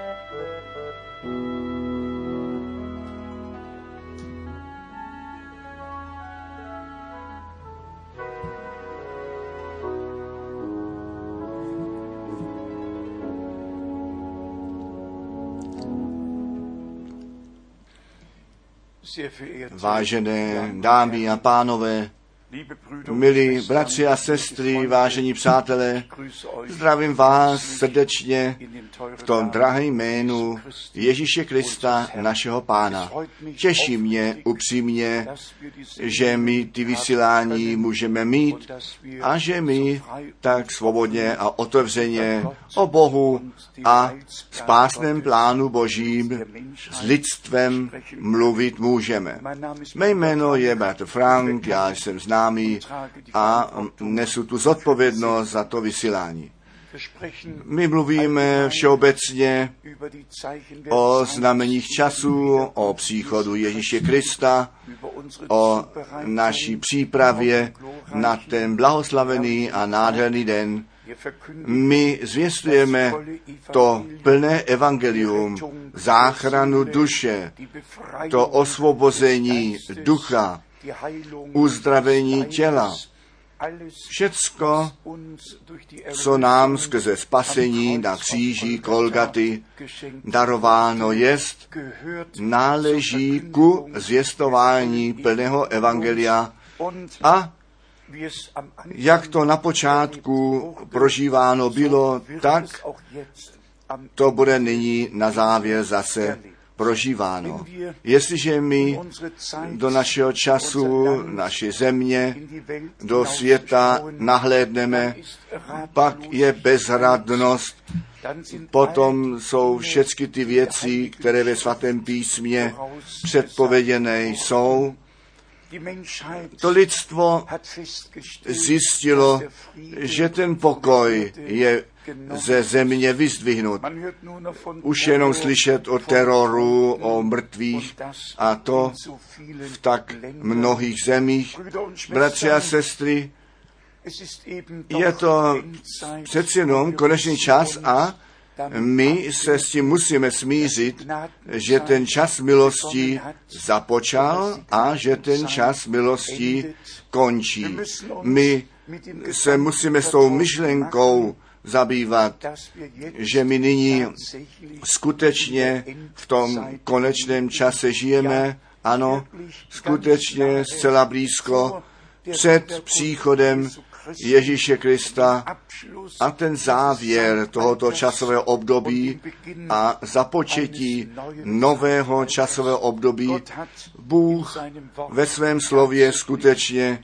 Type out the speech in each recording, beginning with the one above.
Vážené dámy a pánové, milí bratři a sestry, vážení přátelé, zdravím vás srdečně v tom drahém jménu Ježíše Krista, našeho Pána. Těší mě upřímně, že my ty vysílání můžeme mít a že my tak svobodně a otevřeně o Bohu a spásném plánu Božím s lidstvem mluvit můžeme. Mé jméno je bratr Frank, já jsem známý a nesu tu zodpovědnost za to vysílání. My mluvíme všeobecně o znameních času, o příchodu Ježíše Krista, o naší přípravě na ten blahoslavený a nádherný den. My zvěstujeme to plné evangelium, záchranu duše, to osvobození ducha, uzdravení těla. Všecko, co nám skrze spasení na kříži Golgaty darováno jest, náleží ku zvěstování plného evangelia a jak to na počátku prožíváno bylo, tak to bude nyní na závěr zase prožíváno. Jestliže my do našeho času, naší země, do světa nahlédneme, pak je bezradnost, potom jsou všechny ty věci, které ve svatém písmě předpověděné jsou. To lidstvo zjistilo, že ten pokoj je ze země vyzdvihnut. Už jenom slyšet o teroru, o mrtvých a to v tak mnohých zemích. Bratři a sestry, je to přeci jenom konečný čas a my se s tím musíme smířit, že ten čas milosti započal a že ten čas milosti končí. My se musíme s tou myšlenkou zabývat, že my nyní skutečně v tom konečném čase žijeme, ano, skutečně zcela blízko před příchodem Ježíše Krista a ten závěr tohoto časového období a započetí nového časového období. Bůh ve svém slově skutečně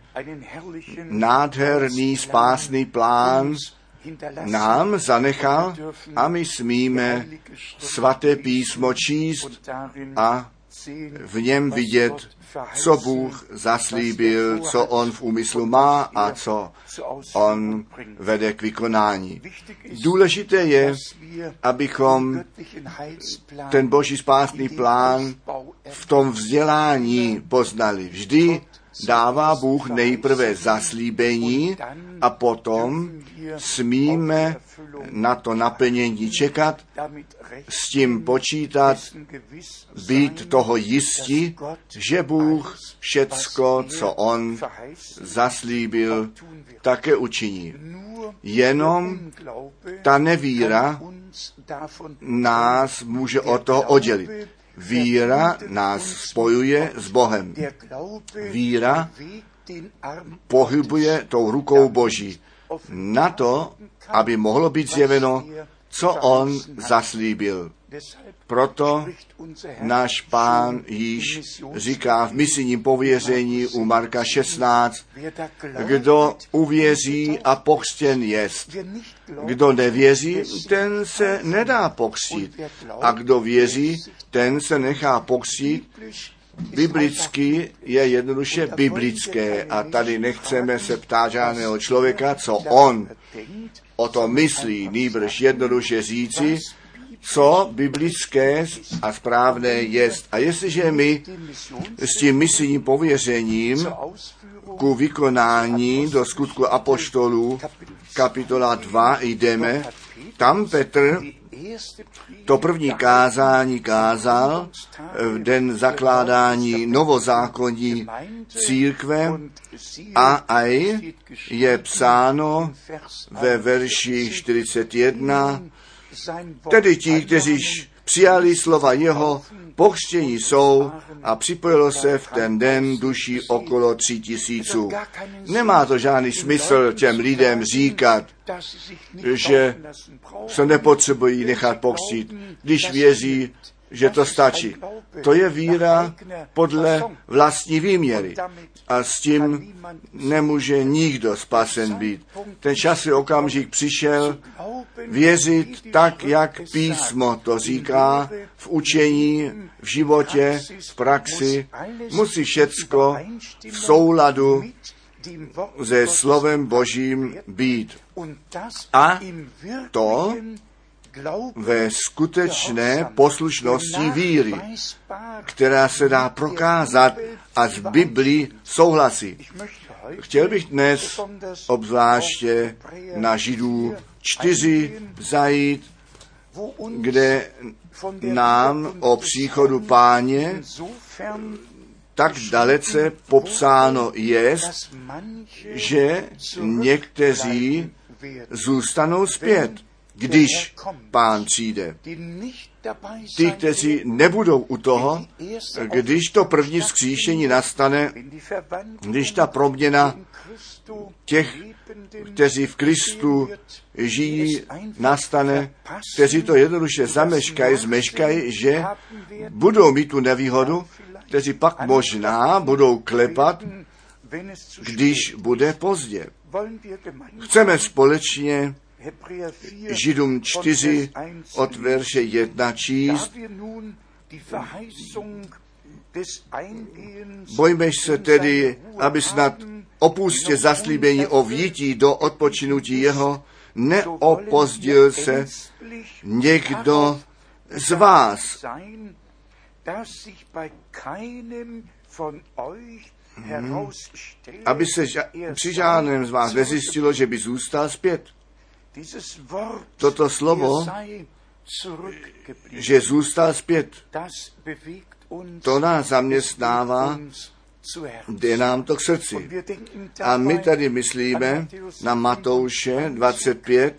nádherný spásný plán nám zanechal a my smíme svaté písmo číst a v něm vidět, co Bůh zaslíbil, co on v úmyslu má a co on vede k vykonání. Důležité je, abychom ten boží spásný plán v tom vzdělání poznali. Vždy dává Bůh nejprve zaslíbení a potom smíme na to naplnění čekat, s tím počítat, být toho jistí, že Bůh všecko, co on zaslíbil, také učiní. Jenom ta nevíra nás může od toho oddělit. Víra nás spojuje s Bohem. Víra pohybuje tou rukou Boží na to, aby mohlo být zjeveno, co on zaslíbil. Proto náš Pán již říká v misijním pověření u Marka 16, kdo uvěří a pokřtěn jest. Kdo nevěří, ten se nedá pokřtít. A kdo věří, ten se nechá pokřtít. Biblicky je jednoduše biblické a tady nechceme se ptát žádného člověka, co on o tom myslí, nýbrž jednoduše říci, co biblické a správné jest. A jestliže my s tím misijním pověřením ku vykonání do Skutku apoštolů kapitola 2 jdeme, tam Petr To první kázání kázal v den zakládání novozákonní církve a aj je psáno ve verši 41, tedy ti, kteří přijali slova jeho, pokřtění jsou a připojilo se v ten den duší okolo 3000. Nemá to žádný smysl těm lidem říkat, že se nepotřebují nechat pokřtít, když věří, že to stačí. To je víra podle vlastní výměry. A s tím nemůže nikdo spasen být. Ten časový okamžik přišel věřit tak, jak písmo to říká, v učení, v životě, v praxi. Musí všecko v souladu se slovem Božím být. A to ve skutečné poslušnosti víry, která se dá prokázat a z Biblii souhlasí. Chtěl bych dnes obzvláště na Židů 4 zajít, kde nám o příchodu Páně tak dalece popsáno je, že někteří zůstanou zpět, když Pán přijde. Ti, kteří nebudou u toho, když to první vzkříšení nastane, když ta proměna těch, kteří v Kristu žijí, nastane, kteří to jednoduše zmeškají, že budou mít tu nevýhodu, kteří pak možná budou klepat, když bude pozdě. Chceme společně Židům 4 od verše 1 číst. Bojme se tedy, aby snad opustě zaslíbení o vjití do odpočinutí jeho neopozdil se někdo z vás. Aby se při žádném z vás nezjistilo, že by zůstal zpět. Toto slovo, že zůstal zpět, to nás zaměstnává, jde nám to k srdci. A my tady myslíme na Matouše 25,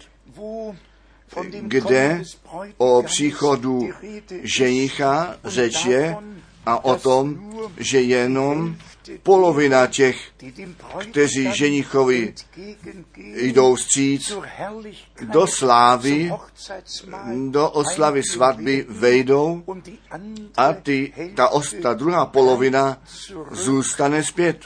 kde o příchodu ženicha řeč je a o tom, že jenom polovina těch, kteří ženichovi jdou vstříc do slávy, do oslavy svatby vejdou a ta druhá polovina zůstane zpět.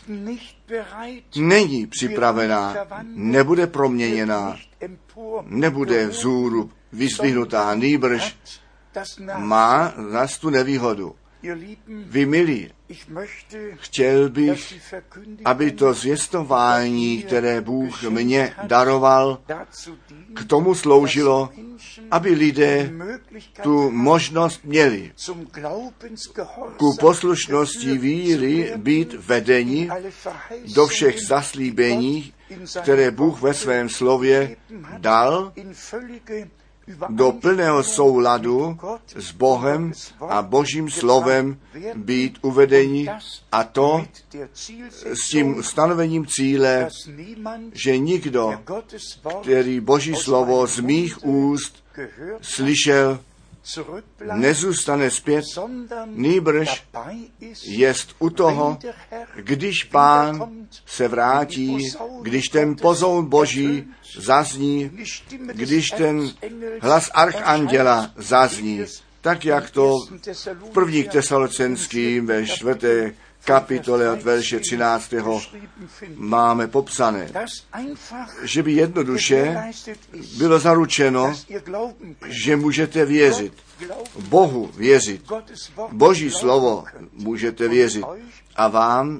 Není připravená, nebude proměněná, nebude vzhůru vyzdvihnutá, nýbrž má zas tu nevýhodu. Vy milí, chtěl bych, aby to zvěstování, které Bůh mě daroval, k tomu sloužilo, aby lidé tu možnost měli ku poslušnosti víry být vedeni do všech zaslíbení, které Bůh ve svém slově dal, do plného souladu s Bohem a Božím slovem být uvedeni, a to s tím stanovením cíle, že nikdo, který Boží slovo z mých úst slyšel, nezůstane zpět, nýbrž jest u toho, když Pán se vrátí, když ten pozoun Boží zazní, když ten hlas archanděla zazní, tak jak to v 1. Tesalonickým ve 4. kapitole od verše 13. máme popsané, že by jednoduše bylo zaručeno, že můžete věřit. Bohu věřit. Boží slovo můžete věřit. A vám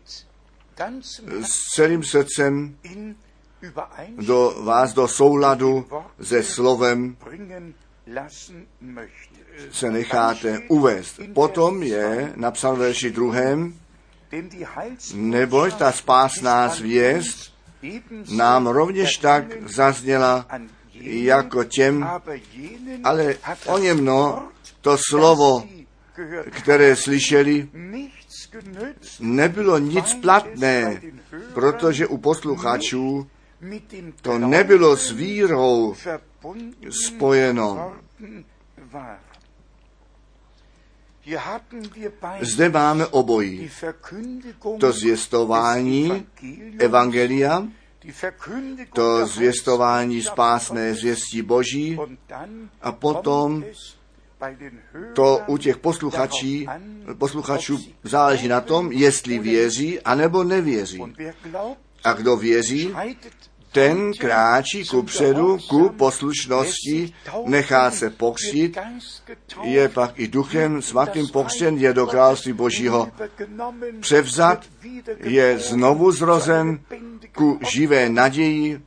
s celým srdcem do souladu se slovem se necháte uvést. Potom je napsal v verši 2. Neboť ta spásná zvěst nám rovněž tak zazněla jako těm, ale o němno to slovo, které slyšeli, nebylo nic platné, protože u posluchačů to nebylo s vírou spojeno. Zde máme obojí. To zvěstování evangelia, to zvěstování spásné zvěstí Boží a potom to u těch posluchačů záleží na tom, jestli věří, anebo nevěří. A kdo věří, ten kráčí kupředu ku poslušnosti, nechá se pokřtít, je pak i Duchem Svatým pokřtěn, je do království Božího převzat, je znovu zrozen ku živé naději,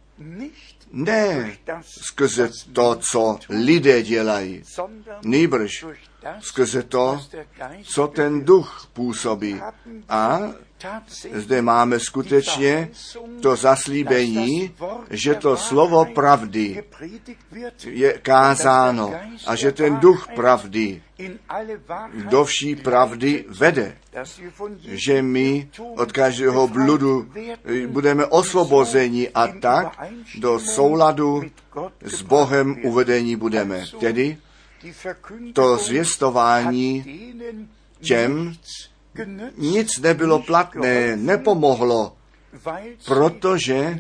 ne skrze to, co lidé dělají, nýbrž skrze to, co ten duch působí. A zde máme skutečně to zaslíbení, že to slovo pravdy je kázáno a že ten duch pravdy do vší pravdy vede. Že my od každého bludu budeme osvobozeni a tak do souladu s Bohem uvedení budeme. Tedy to zvěstování těm nic nebylo platné, nepomohlo, protože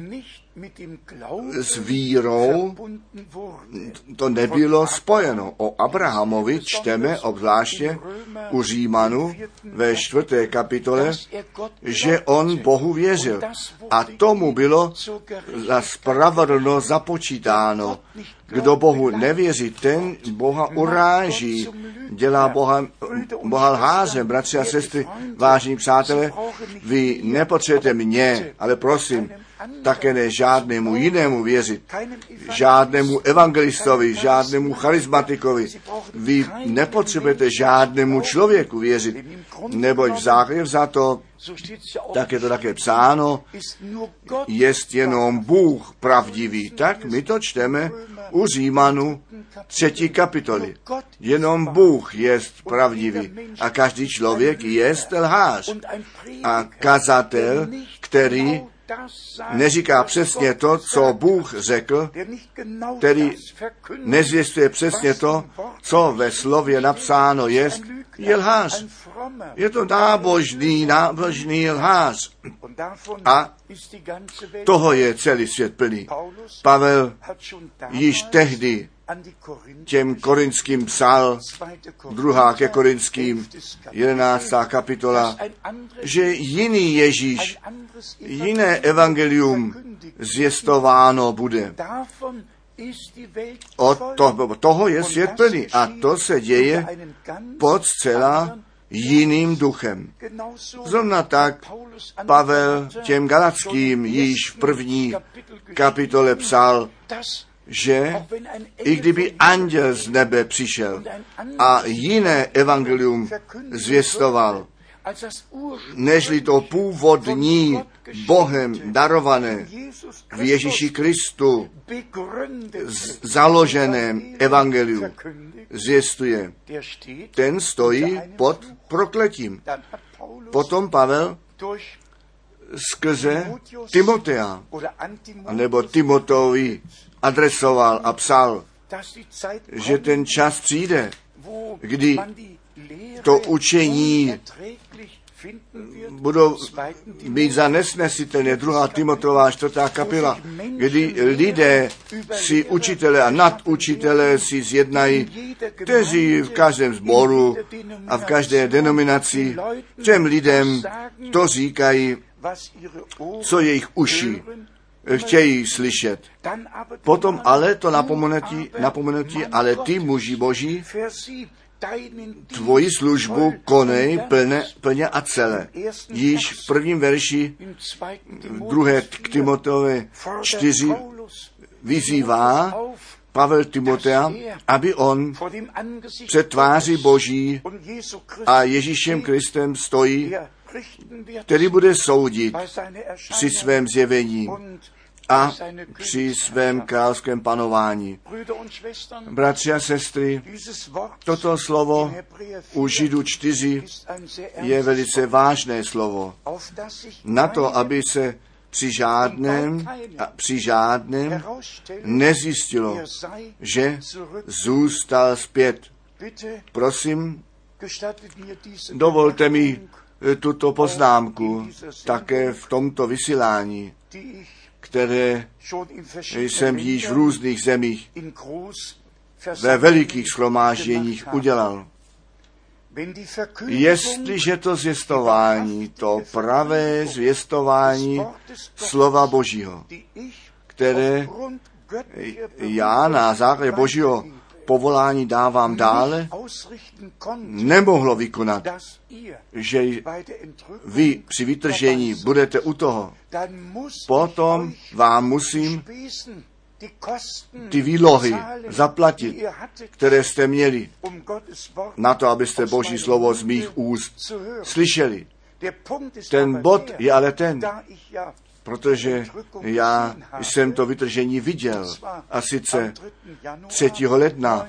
s vírou to nebylo spojeno. O Abrahamovi čteme obzvláště u Římanů ve 4. kapitole, že on Bohu věřil. A tomu bylo za spravedlnost započítáno. Kdo Bohu nevěří, ten Boha uráží, dělá Boha lhářem. Bratři a sestry, vážení přátelé, vy nepotřebujete mě, ale prosím, také ne žádnému jinému věřit, žádnému evangelistovi, žádnému charismatikovi. Vy nepotřebujete žádnému člověku věřit, neboť v základě za to, tak je to také psáno, jest jenom Bůh pravdivý. Tak my to čteme u Římanů 3. kapitoly. Jenom Bůh jest pravdivý a každý člověk jest lhář. A kazatel, který neříká přesně to, co Bůh řekl, který nezvěstuje přesně to, co ve slově napsáno je lhář. Je to nábožný lhář. A toho je celý svět plný. Pavel již tehdy těm Korinským psal, 2. ke Korinským, 11. kapitola, že jiný Ježíš, jiné evangelium zvěstováno bude. Od toho je svět plný a to se děje pod zcela jiným duchem. Zrovna tak Pavel těm Galackým již v 1. kapitole psal, že i kdyby anděl z nebe přišel a jiné evangelium zvěstoval, nežli to původní Bohem darované v Ježíši Kristu založeném evangeliu zvěstuje, ten stojí pod prokletím. Potom Pavel skrze Timotea, nebo Timoteovi adresoval a psal, že ten čas přijde, kdy to učení budou mít za nesnesitelné. 2. Timoteova 4. kapitola, kdy lidé si učitelé a nadučitelé si zjednají, kteří v každém sboru a v každé denominaci těm lidem to říkají, co jejich uši chtějí slyšet. Potom ale to napomenutí, ale ty muži Boží, tvoji službu konej plně a celé. Již v 1. verši 2. k Timoteovi 4 vyzývá Pavel Timotea, aby on před tváří Boží a Ježíšem Kristem stojí, který bude soudit při svém zjevení. a při svém královském panování. Bratři a sestry, toto slovo u Židů 4 je velice vážné slovo. Na to, aby se při žádném nezjistilo, že zůstal zpět. Prosím, dovolte mi tuto poznámku také v tomto vysílání, které jsem již v různých zemích ve velikých shromážděních udělal. Jestliže to zvěstování, to pravé zvěstování slova Božího, které já na základě Božího povolání dávám dále, nemohlo vykonat, že vy při vytržení budete u toho. Potom vám musím ty výlohy zaplatit, které jste měli, na to, abyste Boží slovo z mých úst slyšeli. Ten bod je ale ten, protože já jsem to vytržení viděl, a sice 3. ledna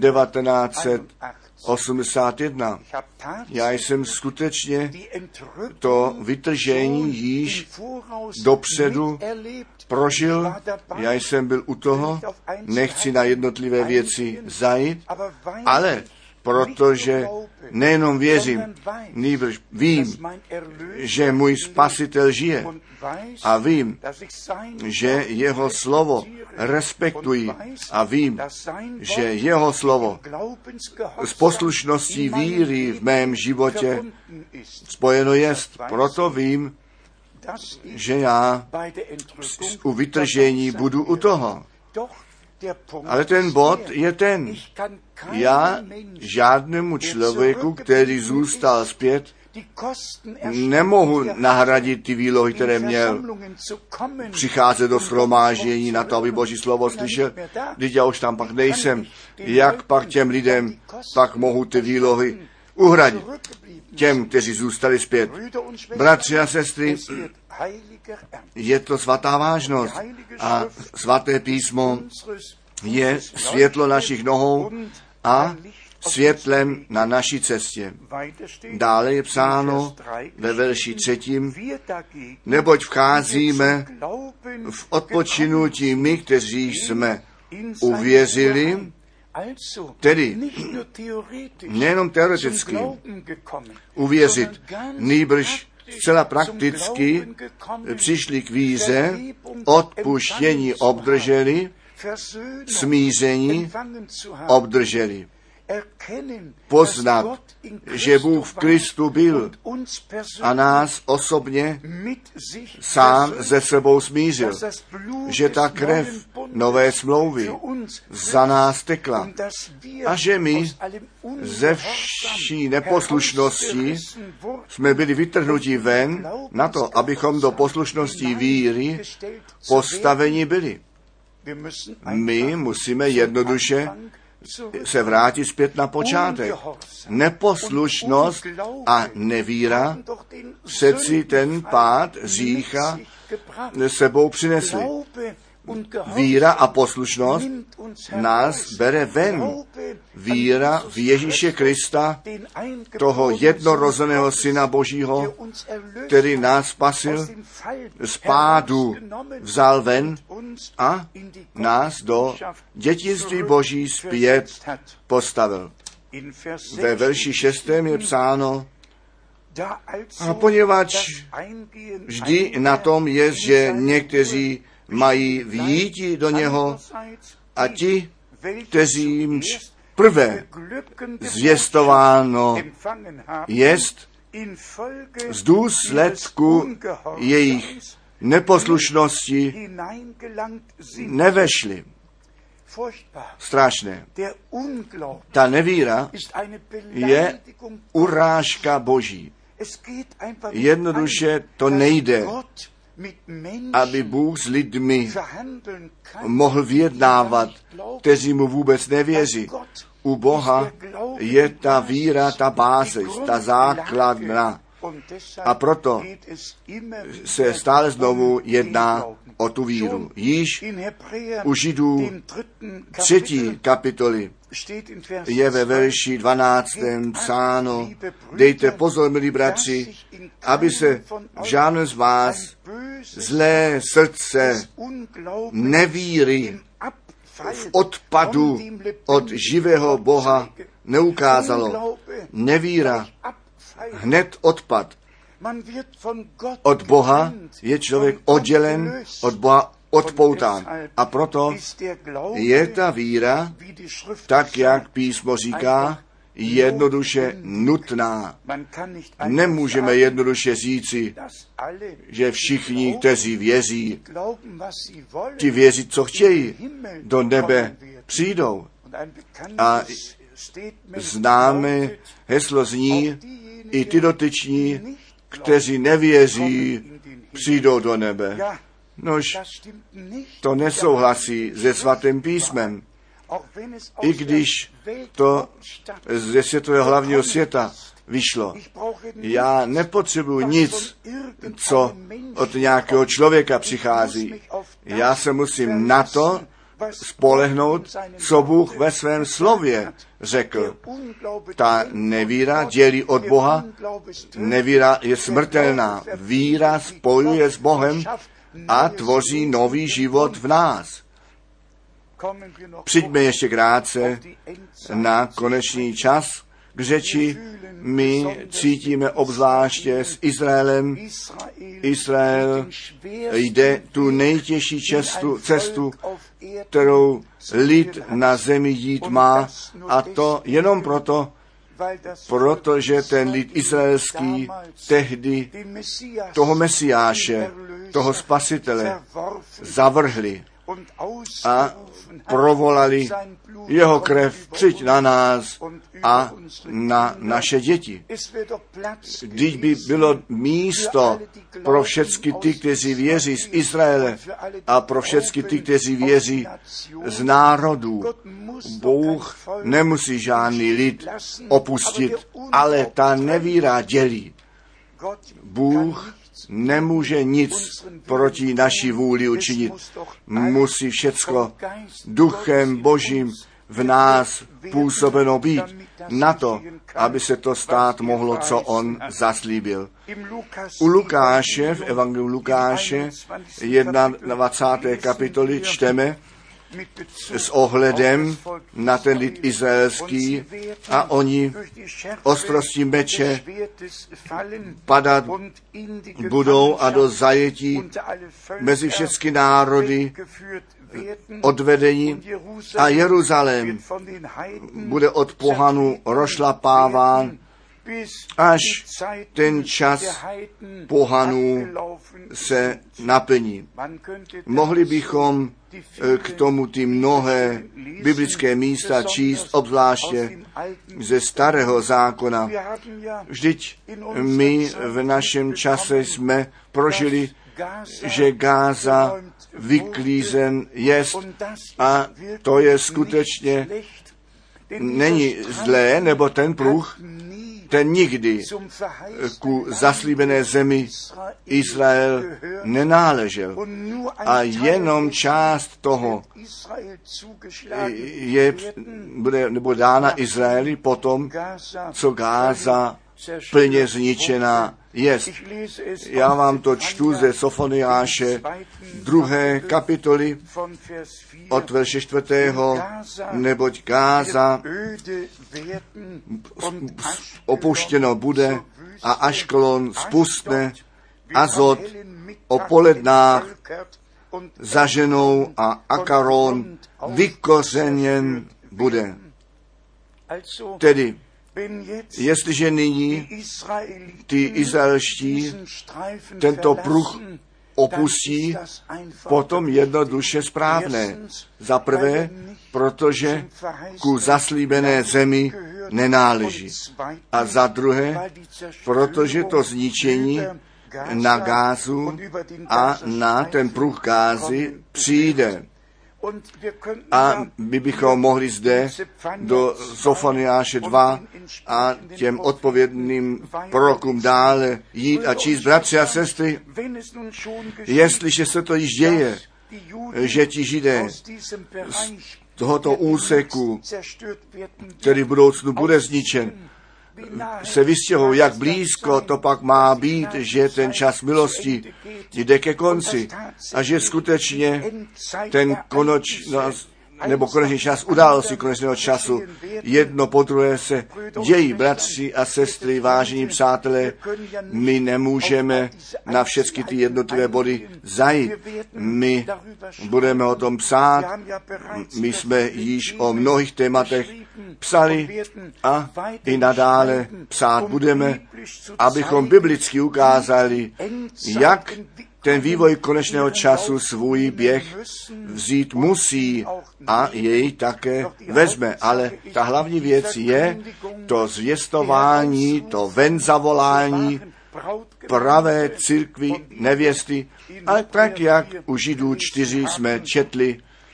1981. Já jsem skutečně to vytržení již dopředu prožil, já jsem byl u toho, nechci na jednotlivé věci zajít, ale protože nejenom věřím, nýbrž vím, že můj Spasitel žije a vím, že jeho slovo respektuji a vím, že jeho slovo s poslušností víry v mém životě spojeno jest. Proto vím, že já u vytržení budu u toho. Ale ten bod je ten. Já žádnému člověku, který zůstal zpět, nemohu nahradit ty výlohy, které měl přicházet do shromáždění na to, aby Boží slovo slyšel. Když já už tam pak nejsem, jak pak těm lidem pak mohu ty výlohy uhradit? Těm, kteří zůstali zpět. Bratři a sestry, je to svatá vážnost a svaté písmo je světlo našich nohou a světlem na naší cestě. Dále je psáno ve verši 3. Neboť vcházíme v odpočinutí my, kteří jsme uvěřili, tedy nejenom teoreticky uvěřit, nýbrž zcela prakticky přišli k víře, odpuštění obdrželi, smíření obdrželi. Poznat, že Bůh v Kristu byl a nás osobně sám ze sebou smířil, že ta krev nové smlouvy za nás tekla a že my ze vší neposlušnosti jsme byli vytrhnuti ven na to, abychom do poslušnosti víry postaveni byli. My musíme jednoduše se vrátit zpět na počátek. Neposlušnost a nevíra přeci ten pád hřícha sebou přinesli. Víra a poslušnost nás bere ven. Víra v Ježíše Krista, toho jednorozeného Syna Božího, který nás spasil, z pádu vzal ven a nás do dětinství Boží zpět postavil. Ve verši 6. je psáno, a poněvadž vždy na tom je, že někteří mají vjíti do něho a ti, kteří prvé zvěstováno jest z důsledku jejich neposlušnosti nevešli. Strašné. Ta nevíra je urážka Boží. Jednoduše to nejde, aby Bůh s lidmi mohl vyjednávat, kteří mu vůbec nevěří. U Boha je ta víra, ta báze, ta základna. A proto se stále znovu jedná o tu víru. Již u Židů 3. kapitoly je ve verši 12. psáno: dejte pozor, milí bratři, aby se v žádném z vás zlé srdce nevíry v odpadu od živého Boha neukázalo. Nevíra, hned odpad. Od Boha je člověk oddělen, od Boha odpoután. A proto je ta víra, tak jak písmo říká, jednoduše nutná. Nemůžeme jednoduše říci, že všichni, kteří věří, ti věří, co chtějí, do nebe přijdou. A známe heslo zní, i ty dotyční, kteří nevěří, přijdou do nebe. Nož, to nesouhlasí se svatým písmem. I když to ze světového hlavního světa vyšlo. Já nepotřebuji nic, co od nějakého člověka přichází. Já se musím na to spolehnout, co Bůh ve svém slově řekl. Ta nevíra dělí od Boha, nevíra je smrtelná. Víra spojuje s Bohem a tvoří nový život v nás. Přijďme ještě krátce na konečný čas k řeči. My cítíme obzvláště s Izraelem. Izrael jde tu nejtěžší cestu, kterou lid na zemi jít má, a to jenom proto, protože ten lid izraelský tehdy toho Mesiáše, toho Spasitele zavrhli a provolali: jeho krev přijď na nás a na naše děti. Když by bylo místo pro všechny ty, kteří věří z Izraele, a pro všechny ty, kteří věří z národů, Bůh nemusí žádný lid opustit, ale ta nevíra dělí. Bůh nemůže nic proti naší vůli učinit. Musí všecko duchem Božím v nás působeno být na to, aby se to stát mohlo, co on zaslíbil. U Lukáše, v evangeliu Lukáše, 21. kapitoly čteme s ohledem na ten lid izraelský: a oni ostrostí meče padat budou a do zajetí mezi všechny národy odvedení, a Jeruzalém bude od pohanů rozšlapáván, až ten čas pohanů se naplní. Mohli bychom k tomu ty mnohé biblické místa číst, obzvláště ze Starého zákona. Vždyť my v našem čase jsme prožili, že Gáza vyklízen jest, a to je skutečně, není zlé, nebo ten pruh, ten nikdy ku zaslíbené zemi Izrael nenáležel. A jenom část toho bude dána Izraeli potom, co Gáza plně zničená jest. Já vám to čtu ze Sofoniáše 2. kapitoly od verše 4. neboť Gáza opuštěno bude a Aškelon spustne, Azot o polednách zaženou a Akaron vykořeněn bude. Tedy, jestliže nyní ty izraelští tento pruh opustí, potom jednoduše správné. Za prvé, protože ku zaslíbené zemi nenáleží. A za druhé, protože to zničení na Gázu a na ten pruh Gázy přijde. A my bychom mohli zde do Sofoniáše 2 a těm odpovědným prorokům dále jít a číst, bratři a sestry, jestliže se to již děje, že ti Židé z tohoto úseku, který v budoucnu bude zničen, se vystěhují, jak blízko to pak má být, že ten čas milosti jde ke konci a že skutečně ten konečný čas události konečného času jedno po druhé se dějí. Bratři a sestry, vážení přátelé, my nemůžeme na všechny ty jednotlivé body zajít. My budeme o tom psát, my jsme již o mnohých tématech psali a i nadále psát budeme, abychom biblicky ukázali, jak ten vývoj konečného času svůj běh vzít musí a jej také vezme. Ale ta hlavní věc je to zvěstování, to venzavolání pravé církvi nevěsty. Ale tak, jak u Židů 4 jsme četli,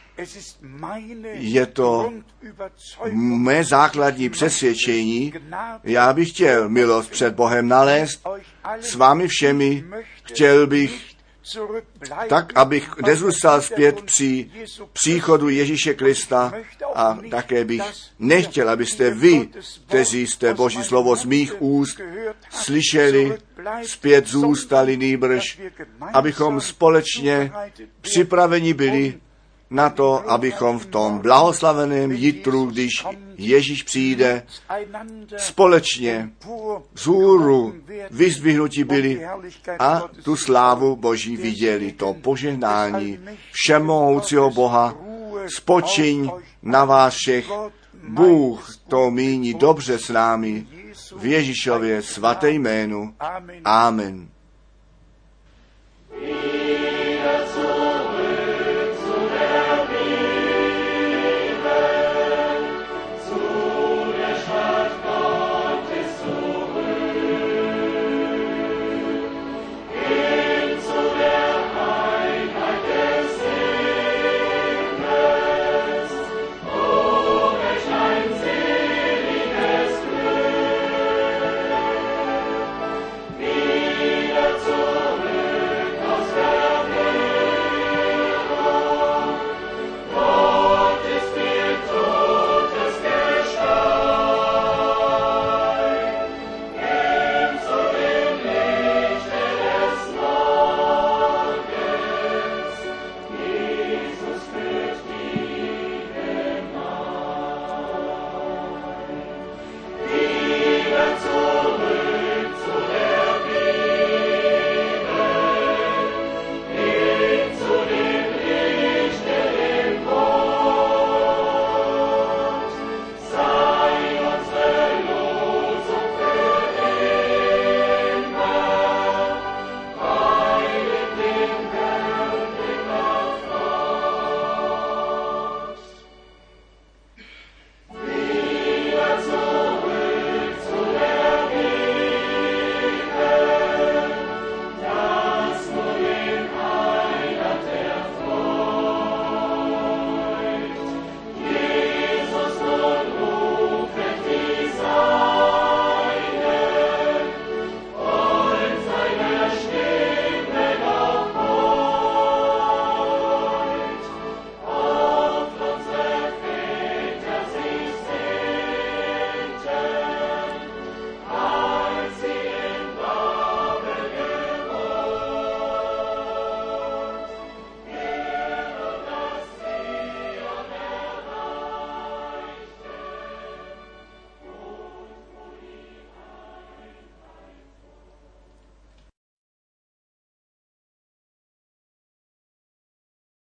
je to mé základní přesvědčení. Já bych chtěl milost před Bohem nalézt s vámi všemi. Chtěl bych tak, abych nezůstal zpět při příchodu Ježíše Krista a také bych nechtěl, abyste vy, kteří jste Boží slovo z mých úst slyšeli, zpět zůstali, nýbrž, abychom společně připraveni byli na to, abychom v tom blahoslaveném jitru, když Ježíš přijde, společně vzhůru vyzdvihnutí byli a tu slávu Boží viděli, to požehnání všemohoucího Boha, spočiň na vás všech. Bůh to míní dobře s námi v Ježíšově svaté jménu. Amen.